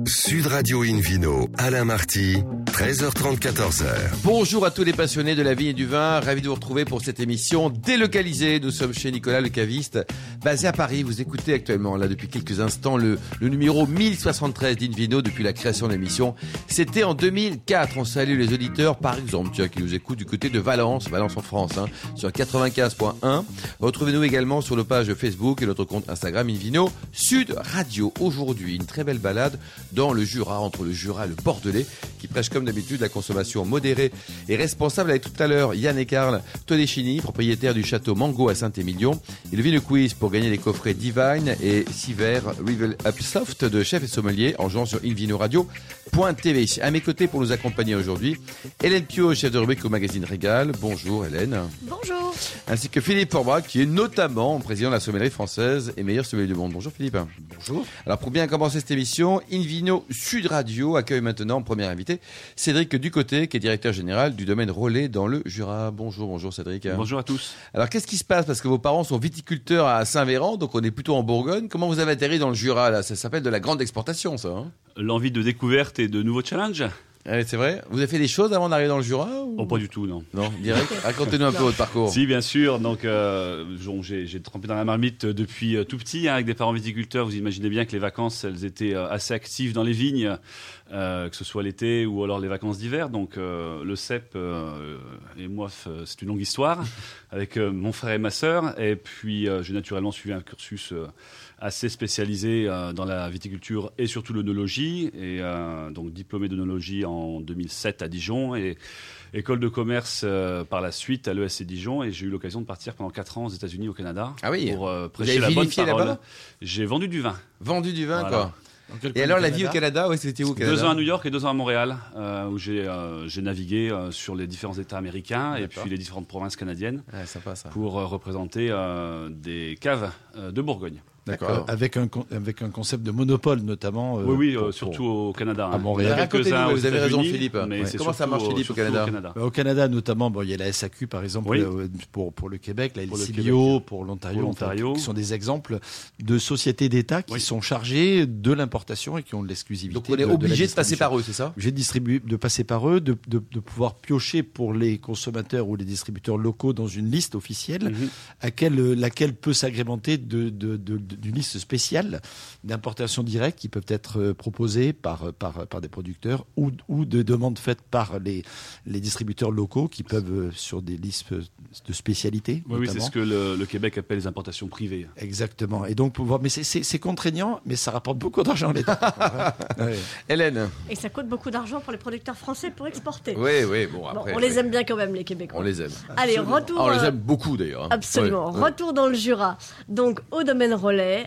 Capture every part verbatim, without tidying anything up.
Sud Radio Invino, Alain Marty, treize heures trente, quatorze heures. Bonjour à tous les passionnés de la vigne et du vin, ravi de vous retrouver pour cette émission délocalisée. Nous sommes chez Nicolas le caviste, basé à Paris. Vous écoutez actuellement, là depuis quelques instants, le, le numéro mille soixante-treize d'Invino depuis la création de l'émission. C'était en deux mille quatre. On salue les auditeurs, par exemple, tiens, qui nous écoutent du côté de Valence, Valence en France, hein, sur quatre-vingt-quinze point un. Retrouvez-nous également sur nos pages Facebook et notre compte Instagram Invino Sud Radio. Aujourd'hui, une très belle balade dans le Jura, entre le Jura et le Bordelais, qui prêche comme d'habitude la consommation modérée et responsable. Avec tout à l'heure Yann et Karl Todeschini, propriétaire du château Mango à Saint-Émilion, et le Vino Quiz pour gagner les coffrets Divine et Siver Revel Upsoft de chef et sommelier en jouant sur invinoradio point t v. À mes côtés pour nous accompagner aujourd'hui, Hélène Pio, chef de rubrique au magazine Régal. Bonjour Hélène. Bonjour. Ainsi que Philippe Forbach, qui est notamment président de la sommellerie française et meilleur sommelier du monde. Bonjour Philippe. Bonjour. Alors pour bien commencer cette émission, Invino Sud Radio accueille maintenant en premier invité Cédric Ducoté, qui est directeur général du domaine Relais dans le Jura. Bonjour, bonjour Cédric. Bonjour à tous. Alors qu'est-ce qui se passe? Parce que vos parents sont viticulteurs à Saint-Véran, donc on est plutôt en Bourgogne. Comment vous avez atterri dans le Jura là? Ça s'appelle de la grande exportation, ça. Hein? L'envie de découverte et de nouveaux challenges. Ouais, c'est vrai. Vous avez fait des choses avant d'arriver dans le Jura ou... Oh, pas du tout, non. Non, direct. Racontez-nous un peu votre parcours. Si, bien sûr. Donc, euh, j'ai, j'ai trempé dans la marmite depuis euh, tout petit, hein, avec des parents viticulteurs. Vous imaginez bien que les vacances, elles étaient euh, assez actives dans les vignes, euh, que ce soit l'été ou alors les vacances d'hiver. Donc, euh, le cep euh, et moi, c'est une longue histoire, avec euh, mon frère et ma sœur. Et puis, euh, j'ai naturellement suivi un cursus euh, assez spécialisé euh, dans la viticulture et surtout l'œnologie. Et euh, donc, diplômé d'œnologie en deux mille sept à Dijon et école de commerce euh, par la suite à l'E S C Dijon, et j'ai eu l'occasion de partir pendant quatre ans aux États-Unis, au Canada, ah oui. pour euh, Vous prêcher avez la bonne vinifié parole. Là-bas? J'ai vendu du vin. Vendu du vin, Voilà. quoi. Et alors la vie au Canada, ouais, c'était où au Canada? Deux ans à New York et deux ans à Montréal, euh, où j'ai, euh, j'ai navigué euh, sur les différents États américains. D'accord. Et puis les différentes provinces canadiennes, ouais, sympa, ça. pour euh, représenter euh, des caves euh, de Bourgogne. D'accord. Avec un, avec un concept de monopole, notamment. Euh, oui, oui, pour, euh, surtout pour... au Canada. À Montréal. Racontez-nous, vous avez raison, Philippe. Mais ouais. c'est Comment ça marche, Philippe, au Canada, au Canada Au Canada, notamment, bon, il y a la S A Q, par exemple, oui. euh, pour, pour le Québec, la L C B O, Québec. pour l'Ontario, pour l'Ontario. Enfin, qui sont des exemples de sociétés d'État qui oui. sont chargées de l'importation et qui ont de l'exclusivité. Donc on est de, obligé de, de passer par eux, c'est ça? Obligé de, distribuer, de passer par eux, de, de, de pouvoir piocher pour les consommateurs ou les distributeurs locaux dans une liste officielle, mm-hmm. à quelle, laquelle peut s'agrémenter de, de, de, de, d'une liste spéciale d'importation directe qui peuvent être proposées par, par, par des producteurs ou, ou de demandes faites par les, les distributeurs locaux qui peuvent, sur des listes de spécialité. Oui, oui, c'est ce que le, le Québec appelle les importations privées. Exactement. Et donc, pouvoir, mais c'est, c'est, c'est contraignant, mais ça rapporte beaucoup d'argent à l'État. ouais. Ouais. Hélène. Et ça coûte beaucoup d'argent pour les producteurs français pour exporter. Oui, oui, bon, après. Bon, on les oui. aime bien quand même, les Québécois. On les aime. Allez, Absolument. retour. Ah, on les aime beaucoup d'ailleurs. Hein. Absolument. Ouais. Retour dans le Jura. Donc, au domaine Relais.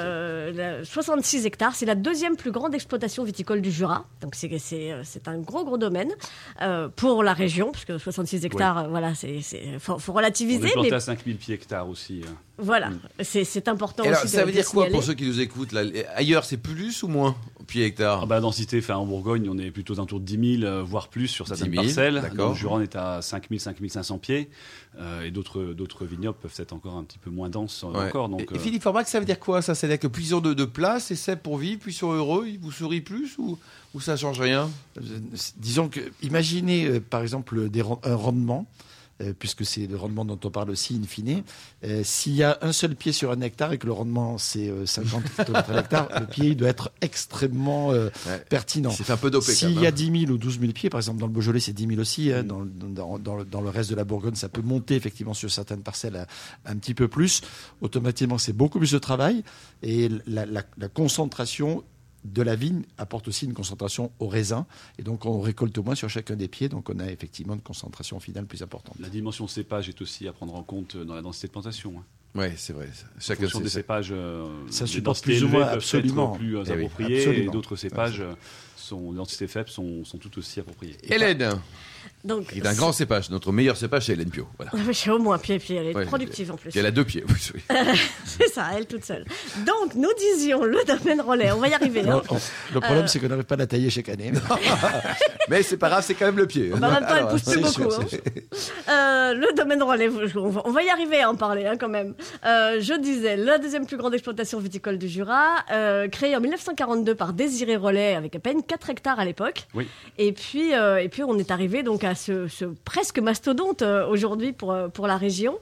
Euh, soixante-six hectares, c'est la deuxième plus grande exploitation viticole du Jura. Donc c'est, c'est, c'est un gros gros domaine euh, pour la région, puisque soixante-six hectares, oui. euh, voilà, c'est, c'est faut, faut relativiser. On est planté mais... à cinq mille pieds hectares aussi. Hein. Voilà, mm. c'est, c'est important. Et aussi alors, ça de, veut de dire quoi signaler. pour ceux qui nous écoutent là? Ailleurs, c'est plus ou moins pieds hectares? Ah bah, densité, enfin, en Bourgogne, on est plutôt aux alentours de dix mille, euh, voire plus sur certaines dix mille, parcelles. D'accord. Dans le Jura, on est à cinq mille, cinq mille cinq cents pieds. Euh, et d'autres, d'autres vignobles peuvent être encore un petit peu moins denses ouais. encore. Donc, et, euh... et Philippe Forbach, ça veut dire quoi ça? C'est-à-dire que plus ils ont de, de place, et c'est pour vivre, plus ils sont heureux, ils vous sourient plus ou, ou ça ne change rien? Disons que, imaginez euh, par exemple des, un rendement. Euh, puisque c'est le rendement dont on parle aussi in fine, euh, s'il y a un seul pied sur un hectare et que le rendement c'est euh, cinquante kilomètres à l'hectare, le pied il doit être extrêmement euh, ouais. pertinent. C'est fait un peu dopé. S'il même, y a hein. dix mille ou douze mille pieds, par exemple dans le Beaujolais c'est dix mille aussi, hein, dans, dans, dans, dans le reste de la Bourgogne ça peut monter effectivement sur certaines parcelles à, un petit peu plus, automatiquement c'est beaucoup plus de travail et la, la, la concentration de la vigne apporte aussi une concentration au raisin et donc on récolte moins sur chacun des pieds, donc on a effectivement une concentration finale plus importante. La dimension cépage est aussi à prendre en compte dans la densité de plantation. Hein. Oui, c'est vrai. Chacun des cépages, euh, ça supporte plus ou moins absolument plus euh, eh appropriés oui, et d'autres cépages. sont, les densités faibles sont, sont tout aussi appropriées. Hélène, Donc, qui est un grand cépage. Notre meilleur cépage, c'est Hélène Pio. Voilà. J'ai au moins pied, pied, elle est Ouais, productive en plus. Puis elle a deux pieds. Oui, oui. C'est ça, elle toute seule. Donc, nous disions le domaine relais. On va y arriver. Hein. On- on- le problème, c'est qu'on n'arrive pas à la tailler chaque année. Mais c'est pas grave, c'est quand même le pied. Bah, en même temps, elle pousse plus c'est beaucoup. sûr, hein. c'est Euh, le domaine relais, on va, on va y arriver à en parler hein, quand même. Euh, je disais, la deuxième plus grande exploitation viticole du Jura, euh, créée en mille neuf cent quarante-deux par Désiré Rollet, avec à peine quatre hectares à l'époque. Oui. Et puis, euh, et puis on est arrivé donc à ce, ce presque mastodonte euh, aujourd'hui pour, euh, pour la région.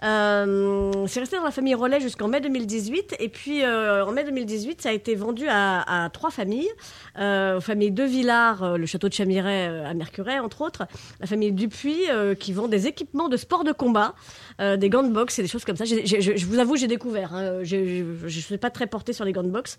Euh, c'est resté dans la famille Rollet jusqu'en mai deux mille dix-huit. Et puis, euh, en mai deux mille dix-huit, ça a été vendu à, à trois familles. Euh, aux familles De Villars, euh, le château de Chamiret euh, à Mercurey, entre autres. La famille Dupuis, euh, qui vend des équipements de sport de combat, euh, des gants de boxe et des choses comme ça. J'ai, j'ai, je, je vous avoue, j'ai découvert. Hein, j'ai, je ne suis pas très portée sur les gants de boxe.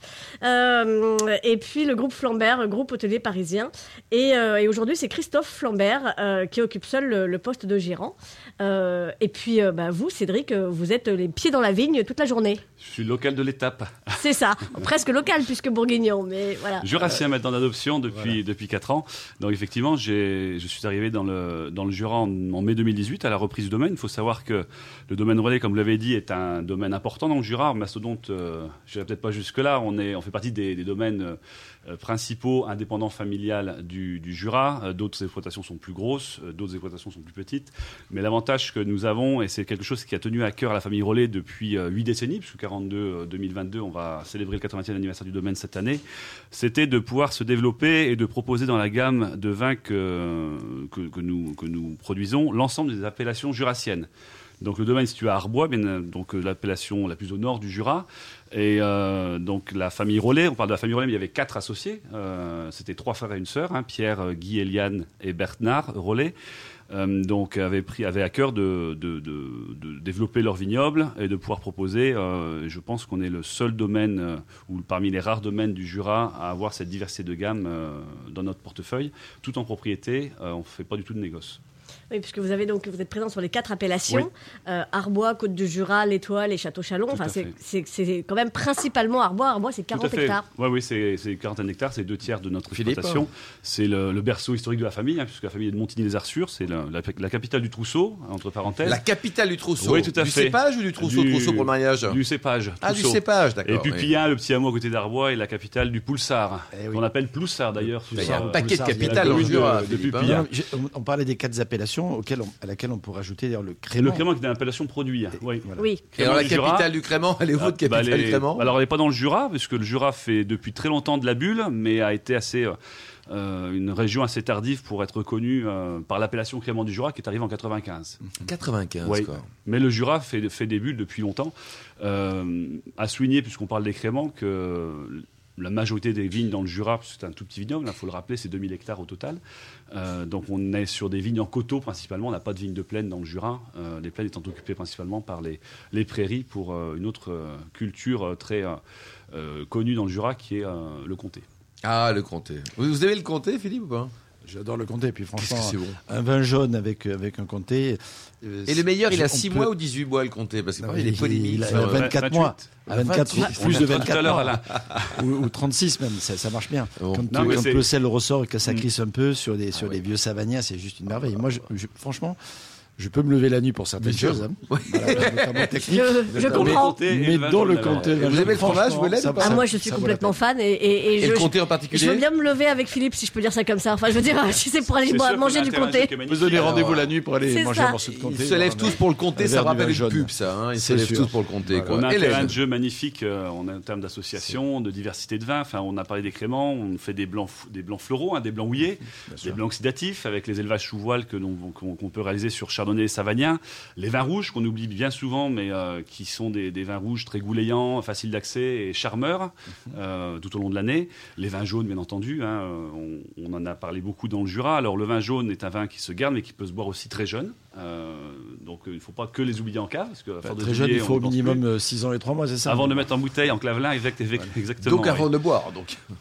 Euh, et puis, le groupe Flambert, le groupe hôtelier parisien. Et, euh, et aujourd'hui, c'est Christophe Flambert euh, qui occupe seul le, le poste de gérant. Euh, et puis, euh, bah, vous, Cédric, euh, vous êtes les pieds dans la vigne toute la journée. Je suis local de l'étape. C'est ça. Presque local, puisque bourguignon. Mais voilà. Jurassien maintenant d'adoption depuis voilà. depuis quatre ans. Donc effectivement, j'ai, je suis arrivé dans le dans le Jura en, en mai deux mille dix-huit à la reprise du domaine. Il faut savoir que le domaine relais, comme vous l'avez dit, est un domaine important dans le Jura. Mastodonte, euh, je n'irai peut-être pas jusque là. On est on fait partie des, des domaines euh, principaux indépendants familiales du, du Jura. Euh, d'autres exploitations sont plus grosses, euh, d'autres exploitations sont plus petites. Mais l'avantage que nous avons, et c'est quelque chose qui a tenu à cœur à la famille Rollet depuis euh, huit décennies, puisque quarante-deux deux mille vingt-deux, on va célébrer le quatre-vingtième anniversaire du domaine cette année, c'était de pouvoir se développer et de proposer dans la gamme de vins que, que, que, nous, que nous produisons l'ensemble des appellations jurassiennes. Donc le domaine est situé à Arbois, bien, donc l'appellation la plus au nord du Jura. Et euh, donc la famille Rollet, on parle de la famille Rollet, mais il y avait quatre associés. Euh, c'était trois frères et une sœur, hein, Pierre, Guy, Eliane et Bernard Rollet. Euh, donc avaient pris avaient à cœur de, de, de, de développer leur vignoble et de pouvoir proposer. Euh, je pense qu'on est le seul domaine euh, ou parmi les rares domaines du Jura à avoir cette diversité de gamme euh, dans notre portefeuille, tout en propriété. Euh, on ne fait pas du tout de négoce. Oui, puisque vous avez donc vous êtes présent sur les quatre appellations oui. euh, Arbois, Côte du Jura, l'Étoile et Château-Chalon. Enfin, c'est, c'est, c'est quand même principalement Arbois. Arbois, c'est quarante hectares. Oui, oui, c'est, c'est quarantaine hectares, c'est deux tiers de notre Philippe, exploitation. C'est le, le berceau historique de la famille, hein, puisque la famille est de Montigny-les-Arçures, c'est la, la, la capitale du trousseau, entre parenthèses. La capitale du trousseau. Oui, tout à du fait. Du cépage ou du trousseau, du, trousseau pour le mariage? Du cépage. Ah, trousseau. du cépage, d'accord. Et puis oui. Pillin, le petit hameau à côté d'Arbois, est la capitale du Poulsard, Eh oui. qu'on appelle Ploussard d'ailleurs. Il y a un euh, paquet de Ploussard, capitales il y a en la Jura, commune de- Philippe, depuis hein. Pillin. On, on parlait des quatre appellations auxquelles on, à laquelle on pourrait ajouter d'ailleurs le Et crément. le crément qui est une appellation produit. Oui. Voilà. Oui. Et alors la Crément du Jura. capitale du Crément, elle est où Ah, votre bah, capitale les- du Crément? Alors, elle n'est pas dans le Jura, puisque le Jura fait depuis très longtemps de la bulle, mais a été assez. Euh, euh, une région assez tardive pour être connue euh, par l'appellation Crément du Jura qui est arrivée en quatre-vingt-quinze. quatre-vingt-quinze, Oui. quoi. Mais le Jura fait, fait des bulles depuis longtemps. Euh, à souligner, puisqu'on parle des créments, que la majorité des vignes dans le Jura, parce que c'est un tout petit vignoble, il faut le rappeler, c'est deux mille hectares au total. Euh, donc on est sur des vignes en coteaux principalement, on n'a pas de vignes de plaine dans le Jura, euh, les plaines étant occupées principalement par les, les prairies pour euh, une autre euh, culture euh, très euh, euh, connue dans le Jura qui est euh, le comté. Ah, le comté. Vous, vous avez le comté, Philippe, ou pas? J'adore le comté. Puis Qu'est-ce franchement, que c'est bon. un vin jaune avec, avec un comté. euh, Et le meilleur, il a on six peut- mois ou dix-huit mois, le comté? Parce que Non, parfois, il y a des il- polémiques. il a- sur- il a vingt-quatre vingt-huit. mois. À vingt-quatre, vingt-huit. plus de On a tout à vingt-quatre l'heure, mois. Alain. ou, ou trente-six même, ça, ça marche bien. Bon. Quand, Non, euh, mais quand c'est- le sel ressort et que ça Mm. glisse un peu sur des, sur Ah des ouais. vieux savagniens, c'est juste une merveille. Moi, je, je- franchement, je peux me lever la nuit pour certaines Bien sûr. choses, hein. Voilà, notamment techniques. Je, je Notamment- comprends. comté et Mais le vin dans jaune, le alors. comté, Et vous aimez le fromage, vous l'aimez ça- ou pas Ah, ça- moi, je suis ça vaut la complètement peine. fan et, et, et Et je, le comté en je particulier? veux bien me lever avec Philippe, si je peux dire ça comme ça. Enfin, je veux dire, si c'est pour aller C'est boire- sûr manger qu'on a du un terrain comté. qui est Vous magnifique. donnez Alors, rendez-vous la nuit pour aller C'est manger ça. un morceau de comté. Ils se lèvent voilà. tous pour le comté, Un ça verre de rappelle vin une jaune. pub, ça. Hein. Ils se C'est lèvent sûr. tous pour le comté. Voilà. quoi. On a un Hélène. terrain de jeu magnifique euh, en en termes d'association, de diversité de vins. Enfin, on a parlé des créments, on fait des blancs, f- des blancs fleuraux, hein, des blancs houillés, des blancs oxydatifs avec les élevages sous voile que l'on- qu'on qu'on peut réaliser sur Chardonnay et Savagnin. Les vins rouges qu'on oublie bien souvent, mais euh, qui sont des, des vins rouges très goulayants, faciles d'accès et charmeurs euh, tout au long de l'année. Les vins jaunes, bien entendu, hein, on, on en a parlé beaucoup dans le Jura. Alors, le vin jaune est un vin qui se garde, mais qui peut se boire aussi très jeune. Euh, donc, euh, il ne faut pas que les oublier en cave, parce que à Enfin, force de très les jeune, oublier, il faut on au n'y pense minimum plus. euh, six ans et trois mois, c'est ça? Avant de mettre en bouteille, en clavelin, exact, exactement. Donc avant oui. de boire. Donc.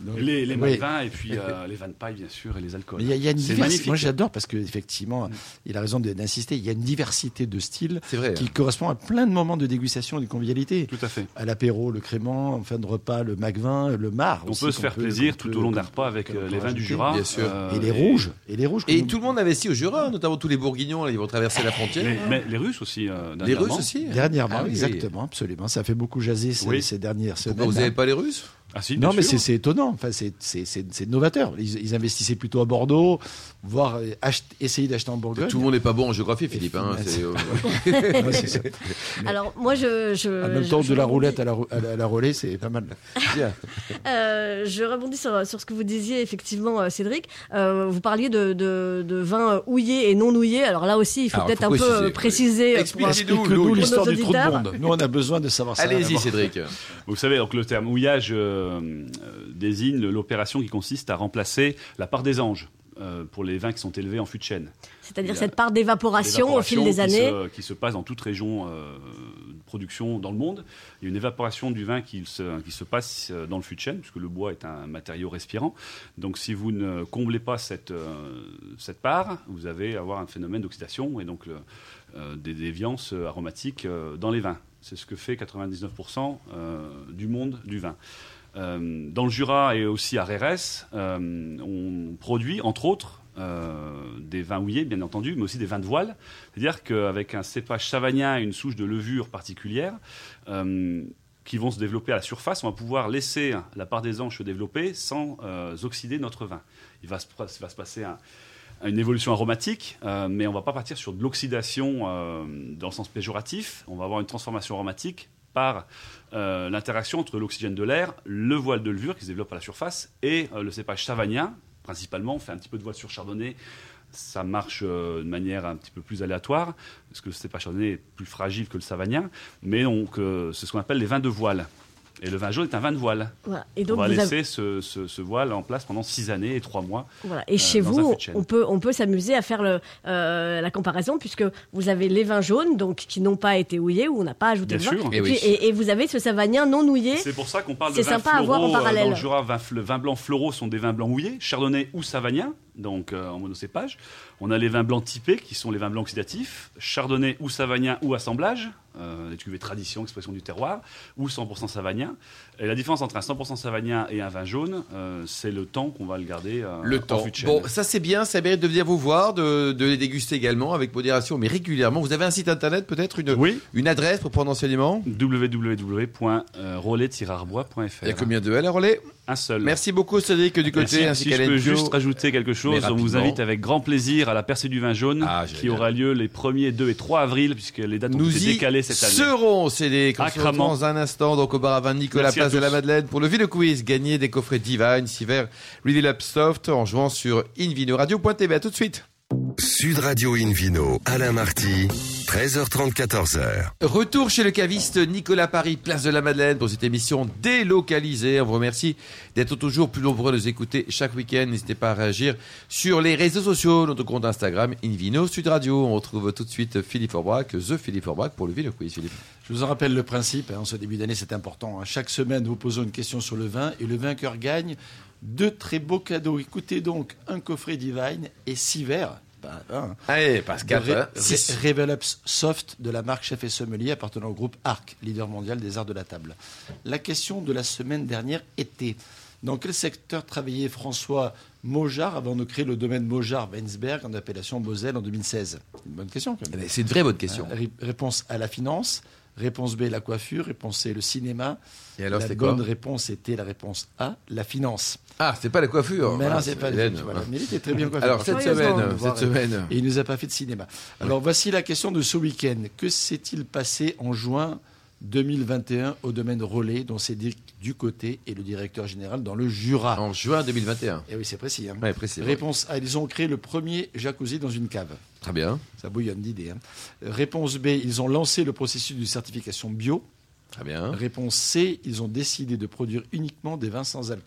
Donc, Les, les oui. vins et puis euh, les vins de paille, bien sûr, et les alcools. Mais il y a, il y a une C'est diversité. magnifique. Moi, j'adore parce que effectivement, il a raison de- d'insister. Il y a une diversité de styles C'est vrai. qui correspond à plein de moments de dégustation et de convivialité. Tout à fait. À l'apéro, le crément, en fin de repas, le magvin, le mar. On aussi, peut se qu'on faire peut- plaisir qu'on tout peut- au long d'un qu'on repas avec peut- euh, qu'on les peut vins du rajouter. Jura. Bien sûr. euh, Et les rouges. Et les rouges. Et que tout le monde investit au Jura, notamment tous les Bourguignons, là, ils vont traverser la frontière. Les, mais les Russes aussi. euh, Les dernièrement. Russes aussi. nous- Dernièrement, Ah oui, oui. exactement, absolument. Ça fait beaucoup jaser ces, Oui. ces dernières semaines. Pourquoi vous n'avez pas les Russes? Ah si, bien Non, mais sûr. c'est c'est étonnant. Enfin, c'est c'est- c'est- c'est novateur. Ils, ils investissaient plutôt à Bordeaux, voire euh, ach- essayer d'acheter en Bourgogne. Tout le monde n'est pas bon en géographie, Philippe. Hein, Et- c'est, euh, Ouais, c'est ça. Alors moi je, je En même je- temps, je de la rebondis- roulette à la, rou- à la, à la relais, c'est pas mal. bien. Euh, je rebondis sur, sur ce que vous disiez effectivement, euh, Cédric. Euh, vous parliez de, de, de vin houillé et non houillé. Alors là aussi, il faut Alors, peut-être faut un peu préciser, préciser. oui. pour- Expliquez-nous. Explique-nous Lou, l'histoire nos du trou de auditeurs. monde. Nous, on a besoin de savoir ça. Allez-y, d'abord. Cédric. Vous savez, donc le terme houillage euh, euh, désigne l'opération qui consiste à remplacer la part des anges euh, pour les vins qui sont élevés en fût de chêne. C'est-à-dire Il y a cette part d'évaporation au fil des L'évaporation années. qui se, qui se passe dans toute région euh, de production dans le monde. Il y a une évaporation du vin qui se, qui se passe euh, dans le fût de chêne, puisque le bois est un matériau respirant. Donc si vous ne comblez pas cette, euh, cette part, vous allez avoir un phénomène d'oxydation et donc le, euh, des déviances aromatiques euh, dans les vins. C'est ce que fait quatre-vingt-dix-neuf pour cent euh, du monde du vin. Euh, dans le Jura et aussi à Rérès, euh, on produit, entre autres, euh, des vins houillés, bien entendu, mais aussi des vins de voile. C'est-à-dire qu'avec un cépage savagnin et une souche de levure particulière, euh, qui vont se développer à la surface, on va pouvoir laisser la part des anges se développer sans euh, oxyder notre vin. Il va se, il va se passer un, une évolution aromatique, euh, mais on ne va pas partir sur de l'oxydation euh, dans le sens péjoratif. On va avoir une transformation aromatique par euh, l'interaction entre l'oxygène de l'air, le voile de levure qui se développe à la surface et euh, le cépage savagnin. Principalement, on fait un petit peu de voile sur chardonnay. Ça marche euh, de manière un petit peu plus aléatoire, parce que le cépage chardonnay est plus fragile que le savagnin. Mais donc, euh, c'est ce qu'on appelle les vins de voile. Et le vin jaune est un vin de voile. Voilà. Et On donc va vous laisser avez- ce, ce- ce voile en place pendant six années et trois mois. Voilà. Et euh, chez dans un vous, fût de chêne. on peut, on peut s'amuser à faire le, euh, la comparaison, puisque vous avez les vins jaunes, donc qui n'ont pas été houillés, où on n'a pas ajouté Bien de vin. sûr. Et, Eh puis- oui. et, et vous avez ce savagnin non houillé. C'est pour ça qu'on parle de C'est vins sympa à voir en floraux. euh, parallèle. Dans le Jura, vin, le vin blanc floraux sont des vins blancs houillés, chardonnay ou savagnin, donc euh, en monocépage. On a les vins blancs typés, qui sont les vins blancs oxydatifs, chardonnay ou savagnin ou assemblage, euh, les cuvées tradition, expression du terroir, ou cent pour cent savagnin. Et la différence entre un cent pour cent savagnin et un vin jaune, euh, c'est le temps qu'on va le garder euh, Le en temps. fût de chêne. Bon, ça c'est bien, ça mérite de venir vous voir, de, de les déguster également avec modération, mais régulièrement. Vous avez un site internet, peut-être une, Oui, une adresse pour prendre enseignement? w w w point relais tiret arbois point f r. Il y a combien de L à relais? Un seul. Merci beaucoup Cédric du côté, Merci. ainsi Si qu'à je peux Lenjo. juste rajouter quelque chose, Mais on vous rapidement. invite avec grand plaisir à la percée du vin jaune Ah, qui génial. aura lieu les premiers deux et trois avril puisque les dates ont Nous été y décalées cette année. serons, c'est des qu'on À se retrouve Cramant. dans un instant, donc au bar à vin de Nicolas, Merci à place de la tous. Madeleine, pour le Vino Quiz. Gagner des coffrets Divine, Siver, Reveal Up Soft en jouant sur invinoradio point t v. À tout de suite. Sud Radio Invino, Alain Marty, treize heures trente, quatorze heures. Retour chez le caviste Nicolas Paris, place de la Madeleine, pour cette émission délocalisée. On vous remercie d'être toujours plus nombreux à nous écouter chaque week-end. N'hésitez pas à réagir sur les réseaux sociaux, notre compte Instagram, Invino Sud Radio. On retrouve tout de suite Philippe Forbrac, The Philippe Forbrac, pour le Vino Quiz. Philippe. Je vous en rappelle le principe. hein, en ce début d'année, c'est important. hein. Chaque semaine, nous posons une question sur le vin et le vainqueur gagne deux très beaux cadeaux. Écoutez donc, un coffret Divine et six verres. Ben, hein, Allez, Pascal, de Re- hein, six. Re- Revel Ups Soft de la marque Chef et Sommelier appartenant au groupe Arc, leader mondial des arts de la table. La question de la semaine dernière était: dans quel secteur travaillait François Maujart avant de créer le domaine Maujart-Weinsberg en appellation Moselle en deux mille seize? Une bonne question quand Eh même. ben, C'est une vraie bonne question. Euh, ré- réponse A, la finance. Réponse B, la coiffure. Réponse C, le cinéma. Et alors, la c'était quoi? bonne réponse était la réponse A, la finance. Ah, c'est pas la coiffure. Mais Voilà, non, c'est pas Hélène. voilà. Mais il était très bien coiffé. Alors, cette Sérieusement, semaine, on va voir, cette semaine. Et il nous a pas fait de cinéma. Alors voici la question de ce week-end. Que s'est-il passé en juin deux mille vingt et un au domaine Relais, dont Cédric Ducoté est le directeur général dans le Jura? En juin deux mille vingt et un. Et oui, c'est précis. hein. Ouais, précis. Réponse A, ils ont créé le premier jacuzzi dans une cave. Très bien. Ça bouillonne d'idées. hein. Réponse B, ils ont lancé le processus de certification bio. Très bien. Réponse C, ils ont décidé de produire uniquement des vins sans alcool.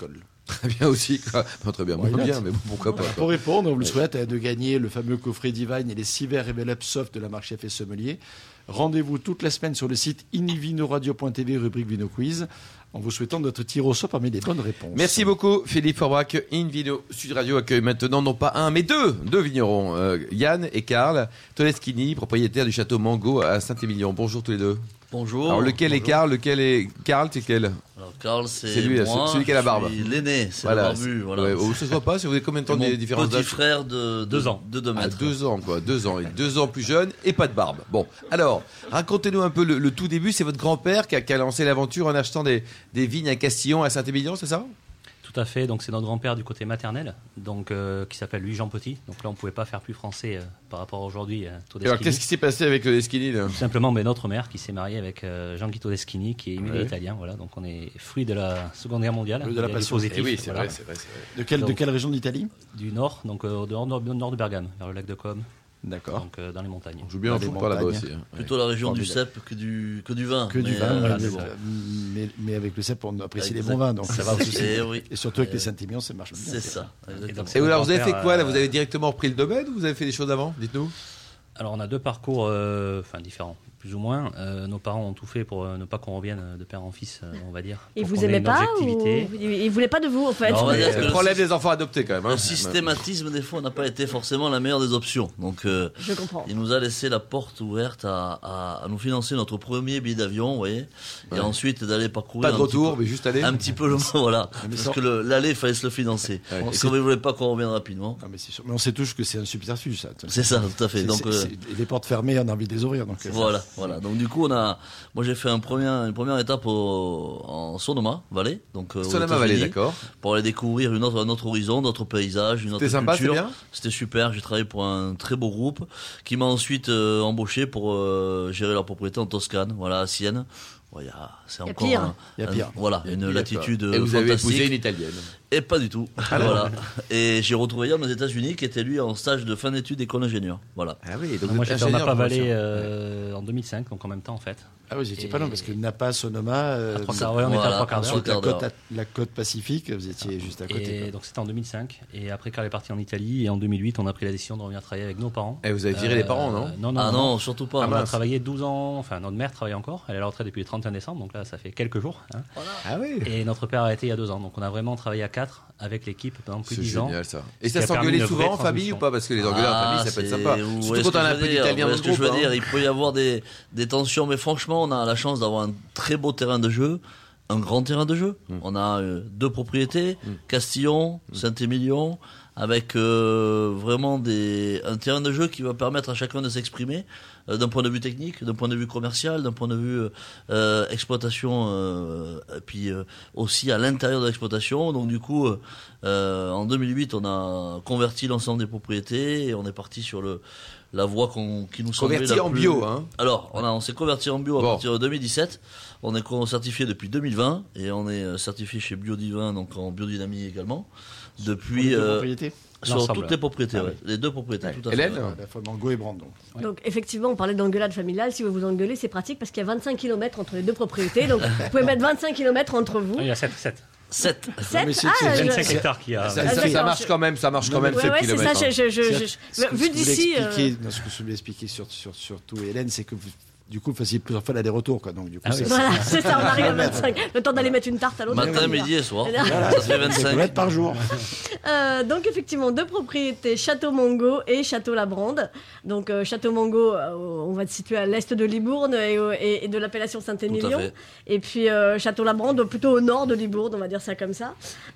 Très bien aussi, quoi. Enfin, très bien, moins Why not? bien, mais bon, pourquoi pas. quoi. Pour répondre, on vous le souhaite euh, de gagner le fameux coffret Divine et les six verres Level Up Soft de la marque Chef et Sommelier. Rendez-vous toute la semaine sur le site invinoradio point t v, rubrique Vino Quiz, en vous souhaitant notre tir au sort parmi les bonnes réponses. Merci beaucoup, Philippe Forbach. Invino Sud Radio accueille maintenant non pas un, mais deux, deux vignerons, euh, Yann et Karl Toleschini, propriétaires du château Mango à Saint-Émilion. Bonjour tous les deux. Bonjour. Alors lequel Bonjour. est Karl, lequel est Karl, c'est quel? Alors Karl, c'est, C'est lui, moi, celui qui a la barbe. je suis l'aîné, c'est Voilà, le barbu. Voilà. Ouais, oh, ça se voit pas, si vous avez combien de temps Mon de différence petit d'âge? frère de, de Deux ans. de deux À mètres. deux ans, quoi, deux ans, et deux ans plus jeune et pas de barbe. Bon, alors, racontez-nous un peu le, le tout début. C'est votre grand-père qui a, qui a lancé l'aventure en achetant des, des vignes à Castillon, à Saint-Émilion, c'est ça? Tout à fait, donc c'est notre grand-père du côté maternel, donc euh, qui s'appelle Louis Jean Petit. Donc là, on ne pouvait pas faire plus français euh, par rapport à aujourd'hui. Euh, Et alors, Todeschini. qu'est-ce qui s'est passé avec le Deschini, là? Tout simplement, mais notre mère qui s'est mariée avec euh, Jean-Guy Todeschini, qui est émulé Ouais. italien. Voilà, donc on est fruit de la Seconde Guerre mondiale. Oui, de la Il y a des passion. positifs, Eh oui, c'est voilà. vrai, c'est vrai, c'est vrai. De quelle, de Donc- quelle région d'Italie? Du nord, donc euh, au nord, nord, nord de Bergame, vers le lac de Com, D'accord. donc euh, dans les montagnes. On joue bien Dans au les foot par là-bas montagnes. aussi. hein. Ouais. Plutôt la région du Formidable. cep que du, que du vin. Que du Mais, vin, euh, mais, voilà, mais- c'est bon. mais, mais avec le cep, on apprécie les Exact. bons vins. Donc Ça ça va va aussi. Et, oui. Et surtout avec les Et- Saint-Émilion, ça marche bien. C'est ça. exactement. donc, Et alors, vous avez fait grand-père, quoi, là? euh, Vous avez directement repris le domaine ou vous avez fait des choses avant? Dites-nous. Alors on a deux parcours, euh, enfin différents, plus ou moins. Euh, nos parents ont tout fait pour euh, ne pas qu'on revienne de père en fils, euh, on va dire. Et pour vous qu'on ait aimez une pas ou... objectivité. Ils voulaient pas de vous, en fait. Non, on va dire que Le le problème syst- des enfants adoptés, quand même. hein. Le systématisme, des fois, n'a pas été forcément la meilleure des options. Donc, euh, Je comprends. il nous a laissé la porte ouverte à, à, à nous financer notre premier billet d'avion, vous voyez, Ouais. et ensuite d'aller parcourir Pas de un petit retour, peu- mais juste aller. un petit peu le voilà, Mais parce ça- que le- l'aller, il fallait se le financer. Ouais. Et On comme sait- il ne voulait pas qu'on revienne rapidement, Ah, mais, c'est sûr. Mais on sait tous que c'est un subterfuge, ça. c'est ça, tout à fait. C'est- Donc, c'est- euh, c'est- et les portes fermées, on a envie de les ouvrir. Donc, euh, voilà, voilà. Donc du coup, on a, moi j'ai fait un premier, une première étape au, en Sonoma Valley, donc euh, aux Sonoma Valley, États-Unis, d'accord. pour aller découvrir une autre, un autre horizon, d'autres paysages, une autre C'était sympa, c'était culture. bien? C'était super. J'ai travaillé pour un très beau groupe qui m'a ensuite euh, embauché pour euh, gérer leur propriété en Toscane, voilà, à Sienne. Bon, il y a- c'est Il y a encore pire. un- Il y a un- pire. voilà, Il y a une pire, latitude quoi. Et vous avez fantastique. épousé une italienne. Et pas du tout. Voilà. Et j'ai retrouvé Yann aux États-Unis qui était lui en stage de fin d'études école ingénieur. Voilà. Ah oui, donc Moi vous êtes j'étais en ingénieur Napa de Valley formation. euh, en deux mille cinq, donc en même temps en fait. Ah oui, j'étais Et- pas loin parce que Napa, Sonoma, euh, À trois quarts, ouais, on était à Voilà, trois quarts d'heure. ensuite, la, quart côte, d'heure. la côte Pacifique, vous étiez juste à côté. Et quoi. donc c'était en deux mille cinq. Et après, Karl est parti en Italie. Et en deux mille huit, on a pris la décision de revenir travailler avec nos parents. Et vous avez viré les parents, non? Non, non, Ah non. non, surtout pas. On a mince. travaillé douze ans. Enfin, notre mère travaille encore. Elle est à la retraite depuis le trente et un décembre. Donc là, ça fait quelques jours. hein. Ah oui. Et notre père a arrêté il y a deux ans. Donc on a vraiment travaillé à quatre avec l'équipe pendant plus C'est de dix ans. génial, ça. Et Ce ça qui a permis s'engueulait une souvent vraie en famille transmission. ou pas? Parce que les engueulades en Ah, famille, ça peut être c'est- sympa. vous Surtout voyez quand ce on a que un je peu veux dire, d'italien vous dans voyez le ce que je veux groupe. dire. hein. Il peut y avoir des, des tensions, mais franchement, on a la chance d'avoir un très beau terrain de jeu, un grand terrain de jeu. Mm. On a euh, deux propriétés, Castillon, Saint-Émilion, avec euh, vraiment des, un terrain de jeu qui va permettre à chacun de s'exprimer euh, d'un point de vue technique, d'un point de vue commercial, d'un point de vue euh, euh, exploitation, euh, et puis euh, aussi à l'intérieur de l'exploitation. Donc du coup, euh, euh, en deux mille huit, on a converti l'ensemble des propriétés et on est parti sur le la voie qu'on, qui nous semblait Converti la en plus- bio, hein. Alors, on, a, on s'est converti en bio à Bon. partir de deux mille dix-sept. On est co- certifié depuis deux mille vingt et on est euh, certifié chez Biodivin, donc en biodynamie également. Pour Depuis les deux euh, propriétés sur L'ensemble. toutes les propriétés, Ah ouais. les deux propriétés, tout à fait. Hélène ouais. À la fois Mango et Brandon. Donc effectivement, on parlait d'engueulade familiale. Si vous vous engueulez, c'est pratique parce qu'il y a vingt-cinq kilomètres entre les deux propriétés. Donc vous pouvez mettre vingt-cinq kilomètres entre vous. Ah, il y a sept, sept. sept. Sept mais c'est- Ah, c'est je- vingt-cinq hectares qui a. Ça, Ah, ça- ça d'accord, marche c'est- quand même, ça marche quand Non, même mais- sept Ouais, ouais, c'est kilomètres. ça. hein. Je, je, je, je- Ce que- vu ce que je voulais d'ici. euh, expliquer- non, ce que je voulais expliquer sur, sur, surtout Hélène, c'est que vous, du coup, vous faisiez plusieurs fois l'aller-retour. Quoi. Donc, du coup, Ah oui. ça- Voilà, c'est ça, on arrive à vingt-cinq. Le temps d'aller mettre une tarte à l'autre. Matin, on y va. midi et soir. Voilà. Ça fait ça vingt-cinq. peut être par jour. Euh, donc effectivement, deux propriétés, Château Mongo et Château Labrande. Donc euh, Château Mongo, euh, on va te situer à l'est de Libourne et, au- et- et de l'appellation Tout à Saint-Émilion. fait. Et puis euh, Château Labrande, plutôt au nord de Libourne, on va dire ça comme ça.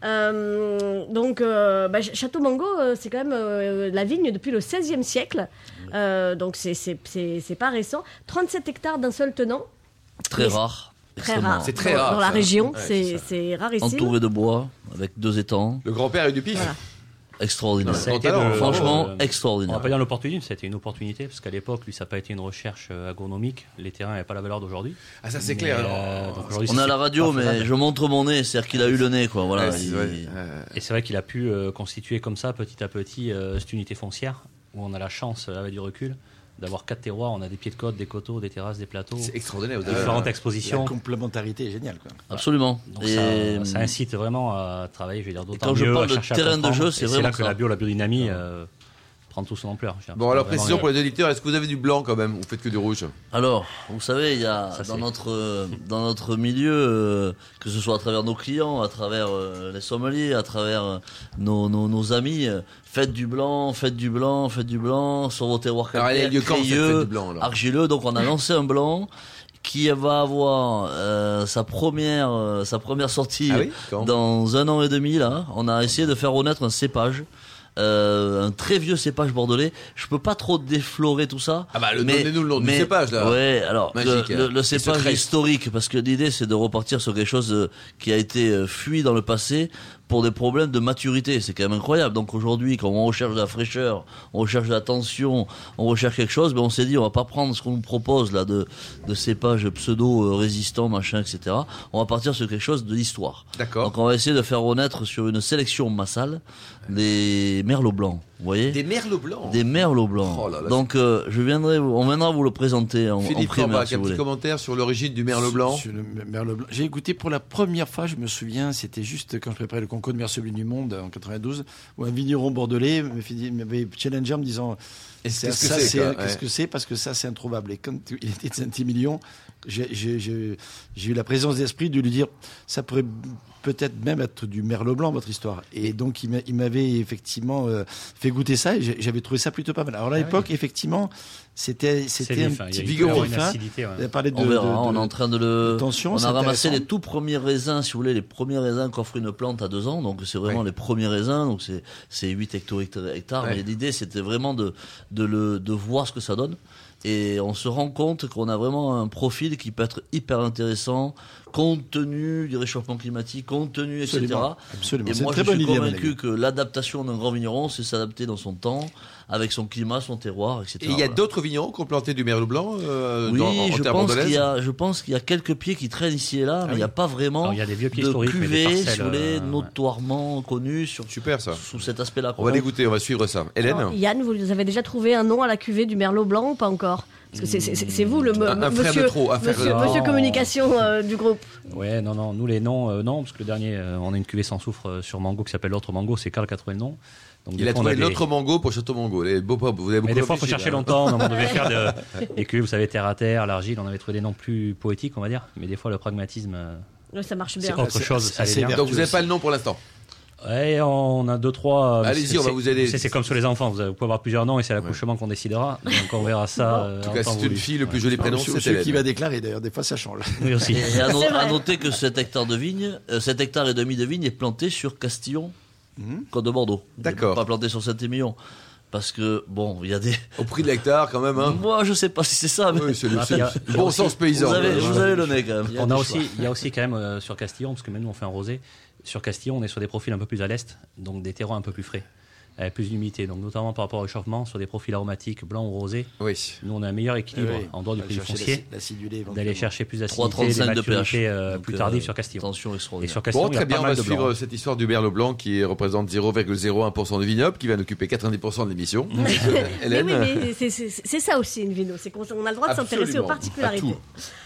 Euh, donc euh, bah, Ch- Château Mongo, euh, c'est quand même euh, la vigne depuis le seizième siècle. Euh, donc c'est c'est- c'est- c'est pas récent. trente-sept hectares d'un seul tenant. Très Mais- rare. Très extrêmement rare. C'est très dans, rare, dans la ça. région, Ouais, c'est c'est ça. c'est rarissime. Entouré de bois, avec deux étangs. Le grand-père est du pif. Voilà. Extraordinaire. Non, Ça a été talent, de- Franchement, euh, On extraordinaire. va pas dire l'opportunité, ça a été une opportunité, parce qu'à l'époque, lui, ça n'a pas été une recherche euh, agronomique. Les terrains n'avaient pas la valeur d'aujourd'hui. Ah, ça c'est Mais, clair. euh, alors. donc aujourd'hui, On c'est a la radio, pas mais faisable. je montre mon nez, c'est-à-dire qu'il a eu le nez, quoi. Voilà. Ouais, c'est il- vrai. Euh, Et c'est vrai qu'il a pu euh, constituer comme ça, petit à petit, euh, cette unité foncière, où on a la chance, euh, avec du recul, d'avoir quatre terroirs. On a des pieds de côte, des coteaux, des terrasses, des plateaux. C'est extraordinaire. Vous avez Différentes La expositions. complémentarité est géniale. Quoi. Absolument. Donc Et- ça, ça incite vraiment à travailler, je veux dire, d'autant quand je mieux, parle à de chercher à terrain de comprendre. jeu, c'est Et vraiment là que ça. la bio, la biodynamie euh, prend tout son ampleur. je veux dire. Bon, C'est alors vraiment précision une- pour les auditeurs, est-ce que vous avez du blanc quand même ou faites que du rouge? Alors, vous savez, il y a Ça, dans c'est- notre euh, dans notre milieu, euh, que ce soit à travers nos clients, à travers euh, les sommeliers, à travers euh, nos, nos, nos amis, euh, faites du blanc, faites du blanc, faites du blanc sur vos terroirs Alors, elle a calcaires, lieu quand cette fête crayeux, du blanc alors argileux. Donc, on a lancé un blanc qui va avoir euh, sa première euh, sa première sortie Ah oui Quand dans un an et demi. Là, on a essayé de faire renaître un cépage. Euh, un très vieux cépage bordelais. Je peux pas trop déflorer tout ça. Ah bah, le- mais- donnez-nous le nom du mais- cépage, là. Ouais, alors Magique, le, le, hein. le Et cépage secret. historique, parce que l'idée c'est de repartir sur quelque chose euh, qui a été euh, fui dans le passé pour des problèmes de maturité. C'est quand même incroyable. Donc aujourd'hui, quand on recherche de la fraîcheur, on recherche de la tension, on recherche quelque chose, mais on s'est dit on va pas prendre ce qu'on nous propose là de de cépages pseudo euh, résistants, machin, et cetera. On va partir sur quelque chose de l'histoire. D'accord. Donc on va essayer de faire renaître sur une sélection massale des merlots blancs. Vous voyez? Des merlots blancs. Des merlots blancs. Oh là là, Donc euh, je viendrai, vous- on viendra vous le présenter en, en Philippe primaire Forbach, si un vous petit voulez. commentaire sur l'origine du merlot blanc. Sur le merlot blanc. J'ai écouté pour la première fois, je me souviens, c'était juste quand je préparais le concours de meilleur sommelier du monde en quatre-vingt-douze, où un vigneron bordelais me fait- m'avait challengé en me disant Est-ce- c'est- qu'est-ce que ça, c'est, c'est- quoi, qu'est-ce ouais. que c'est parce que ça c'est introuvable. Et quand il était de Saint-Émilion, j'ai j'ai- j'ai- j'ai eu la présence d'esprit de lui dire ça pourrait peut-être même être du merlot blanc votre histoire. Et donc il m'a- il m'avait effectivement euh, fait goûter ça et j'ai- j'avais trouvé ça plutôt pas mal. Alors à Ah l'époque effectivement c'était C'est c'était un vif, hein, il y petit a une- vigoreux, une vif, hein. acidité, ouais. On a parlé de, On verra, de- on est en de- train de le. de tension, on c'est a ramassé intéressant. les tout premiers raisins, si vous voulez, les premiers raisins qu'offre une plante à deux ans. Donc c'est vraiment Ouais. les premiers raisins. Donc c'est c'est huit hectares. Ouais. Mais l'idée c'était vraiment de de le de voir ce que ça donne. Et on se rend compte qu'on a vraiment un profil qui peut être hyper intéressant, compte tenu du réchauffement climatique, compte tenu, et cetera. Absolument, absolument. Et C'est moi, une très je suis bonne idée, à mon convaincu avis. que l'adaptation d'un grand vigneron, c'est s'adapter dans son temps, avec son climat, son terroir, et cetera. Et il y a Voilà. d'autres vignerons qui ont planté du merlot blanc euh, Oui, dans, en, en je terre pense bordelaise qu'il y a, je pense qu'il y a quelques pieds qui traînent ici et là, mais il oui. n'y a pas vraiment Alors, il y a des vieux pieds de historiques, mais des cuvées, parcelles, si vous voulez, euh, notoirement connus sur, Super ça. sous cet aspect-là. On quoi. va l'écouter, on va suivre ça. Hélène Alors, Yann, vous avez déjà trouvé un nom à la cuvée du merlot blanc ou pas encore? Parce que c'est- c'est c'est vous le Un- un frère de monsieur, trop, un frère de monsieur, trop. monsieur Non. communication euh, du groupe. Ouais, non, non, nous les noms, euh, non, parce que le dernier, euh, on a une cuvée sans soufre euh, sur Mango qui s'appelle l'autre Mango, c'est Carl qui a trouvé le nom. Donc, Il des a fois, on trouvé des- l'autre mango pour Château Mango. Les beaux pop, vous avez beaucoup Mais des fois, il faut réfléchi, chercher là. longtemps. On devait faire de- des cuvées, vous savez, terre à terre, l'argile, on avait trouvé des noms plus poétiques, on va dire. Mais des fois, le pragmatisme, euh, Ouais, ça marche c'est bien. autre C'est chose. assez- Ça allait assez bien. vert. Donc vous n'avez pas le nom pour l'instant. Ouais, on a deux, trois. Allez-y, c'est- on va c'est- vous aider. C'est c'est comme sur les enfants, vous, avez- vous pouvez avoir plusieurs noms et c'est à l'accouchement qu'on décidera. Donc on verra ça. euh, En tout cas, temps c'est une voulu. fille, le plus Ouais. joli prénom, Celui c'est celui qui Hélène. va déclarer d'ailleurs, des fois ça change. Oui, aussi. Et, et à, no- C'est vrai. à noter que cet hectare de vigne, euh, cet hectare et demi de vigne est planté sur Castillon, Mhm. Côte de Bordeaux. D'accord. Pas planté sur Saint-Émilion. Parce que, bon, il y a des. Au prix de l'hectare quand même. Hein. Moi, je sais pas si c'est ça, mais. Oui, c'est le, Ah, c'est il y a- le il y a bon aussi- sens paysan. vous, avez, Ouais. vous avez le nez quand même. Il y a On des a choix. aussi, il y a aussi quand même euh, sur Castillon, parce que même nous on fait un rosé. Sur Castillon, on est sur des profils un peu plus à l'est, donc des terroirs un peu plus frais, avec plus d'humidité. Donc notamment par rapport au réchauffement, sur des profils aromatiques blancs ou rosés, Oui. nous on a un meilleur équilibre Oui, en dehors du on va prix du chercher foncier, l'aci- l'acidulé d'aller éventuellement. chercher plus trois d'acidité, des trente-cinq de pH. maturités euh, Donc, plus euh, tardives sur Castillon. Tension Et extraordinaire. sur Castillon, Bon, il y a très bien, pas on mal va de blancs. suivre cette histoire du merlot blanc qui représente zéro virgule zéro un pour cent du vignoble, qui va nous occuper quatre-vingt-dix pour cent de l'émission. Mais Hélène oui, mais c'est- c'est c'est ça aussi une vino, c'est qu'on on a le droit de s'intéresser aux Absolument, particularités. à tout.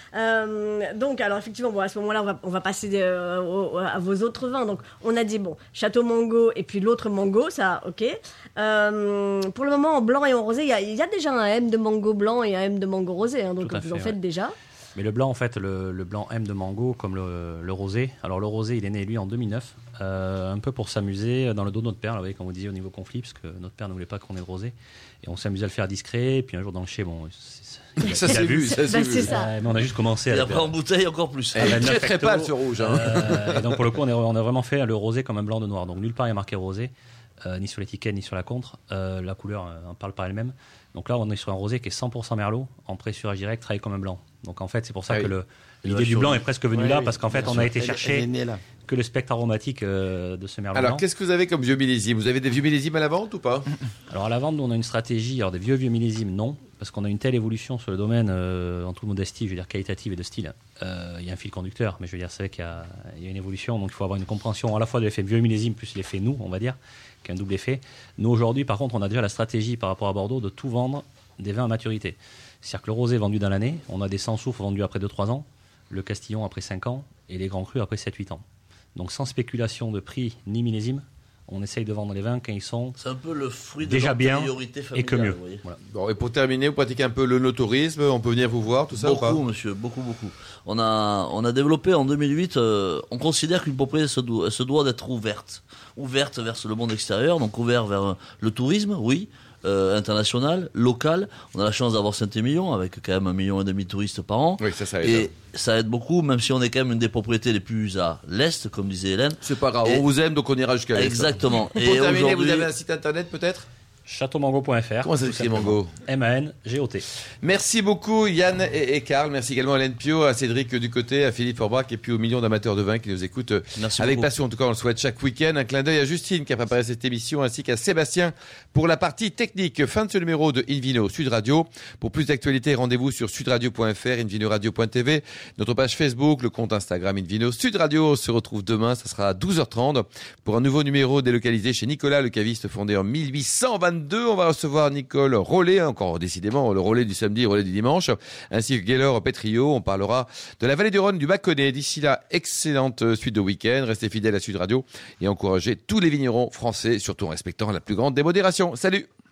Euh, donc, alors effectivement, bon, à ce moment-là, on va, on va passer euh, au- à vos autres vins. Donc, on a dit bon, Château Mango et puis l'autre Mango, ça, ok. Euh, pour le moment, en blanc et en rosé, il y a, il y a déjà un M de mango blanc et un M de mango rosé, hein, donc Tout à vous fait, en faites ouais. déjà. Mais le blanc, en fait, le, le blanc M de Mango, comme le, le rosé. Alors le rosé, il est né, lui, en deux mille neuf, euh, un peu pour s'amuser dans le dos de notre père, là, vous voyez, comme vous disiez, au niveau conflit, parce que notre père ne voulait pas qu'on ait de rosé. Et on s'amusait à le faire discret, et puis un jour dans le chai, bon, c'est- c'est- Ça il a s'est vu, ça s'est Bah, vu. c'est ça. Euh, mais on a juste commencé Et à après en bouteille encore plus. Elle est neuf très très hectos. pâle ce rouge. Hein. Euh, et donc pour le coup, on, est- on a vraiment fait le rosé comme un blanc de noir. Donc nulle part il y a marqué rosé, euh, ni sur l'étiquette, ni sur la contre. Euh, la couleur euh, en parle par elle-même. Donc là, on est sur un rosé qui est cent pour cent merlot, en pressurage direct, travaillé comme un blanc. Donc en fait, c'est pour ça Ah que oui. le- Il l'idée va du sur- blanc est presque venue Ouais, là, oui, parce qu'en fait, bien on sûr. a été Elle- chercher elle est née là. que le spectre aromatique euh, de ce merlot Alors, blanc. qu'est-ce que vous avez comme vieux millésime? Vous avez des vieux millésimes à la vente ou pas? Alors à la vente, nous, on a une stratégie. Alors des vieux vieux millésimes, non, parce qu'on a une telle évolution sur le domaine, euh, en toute modestie, je veux dire qualitative et de style. Euh, Il y a un fil conducteur, mais je veux dire, c'est vrai qu'il y a, il y a une évolution, donc il faut avoir une compréhension à la fois de l'effet vieux millésime plus l'effet nous, on va dire, qui est un double effet. Nous aujourd'hui, par contre, on a déjà la stratégie par rapport à Bordeaux de tout vendre des vins à maturité. C'est-à-dire que le rosé vendu dans l'année, on a des sans soufre vendus après deux trois ans, le Castillon après cinq ans et les grands crus après sept huit ans. Donc sans spéculation de prix ni millésime, on essaye de vendre les vins quand ils sont C'est un peu le fruit de déjà bien l'antériorité familiale, et que mieux. vous voyez. Voilà. Bon, et pour terminer, vous pratiquez un peu le no-tourisme, on peut venir vous voir, tout ça ou pas? Beaucoup, monsieur, beaucoup, beaucoup. On a, on a développé en deux mille huit, euh, on considère qu'une propriété se doit, se doit d'être ouverte. Ouverte vers le monde extérieur, donc ouvert vers le tourisme, oui, euh, international, local. On a la chance d'avoir Saint-Émilion, avec quand même un million et demi de touristes par an. Oui, ça, ça aide. Et ça aide beaucoup, même si on est quand même une des propriétés les plus à l'est, comme disait Hélène. C'est pas grave, Et- on vous aime, donc on ira jusqu'à l'est. Exactement. Pour Et terminer, vous aujourd'hui- avez un site internet peut-être? château mango point f r. Comment ça s'écrit, Mango? M A N G O T. Merci beaucoup Yann et, et Karl. Merci également à Hélène Pio, à Cédric Ducoté, à Philippe Forbach et puis aux millions d'amateurs de vin qui nous écoutent Merci avec beaucoup. passion. En tout cas, on le souhaite chaque week-end. Un clin d'œil à Justine qui a préparé cette émission ainsi qu'à Sébastien pour la partie technique. Fin de ce numéro de Invino Sud Radio. Pour plus d'actualités, rendez-vous sur sudradio point f r, invinoradio point t v, notre page Facebook, le compte Instagram Invino Sud Radio. On se retrouve demain, ça sera à douze heures trente pour un nouveau numéro délocalisé chez Nicolas, le caviste fondé en mille huit cent vingt-deux. On va recevoir Nicole Rollet, encore décidément le relais du samedi, relais du dimanche, ainsi que Gaylor Petrio. On parlera de la vallée du Rhône, du Mâconnais. D'ici là, excellente suite de week-end. Restez fidèles à Sud Radio et encouragez tous les vignerons français, surtout en respectant la plus grande démodération. Salut!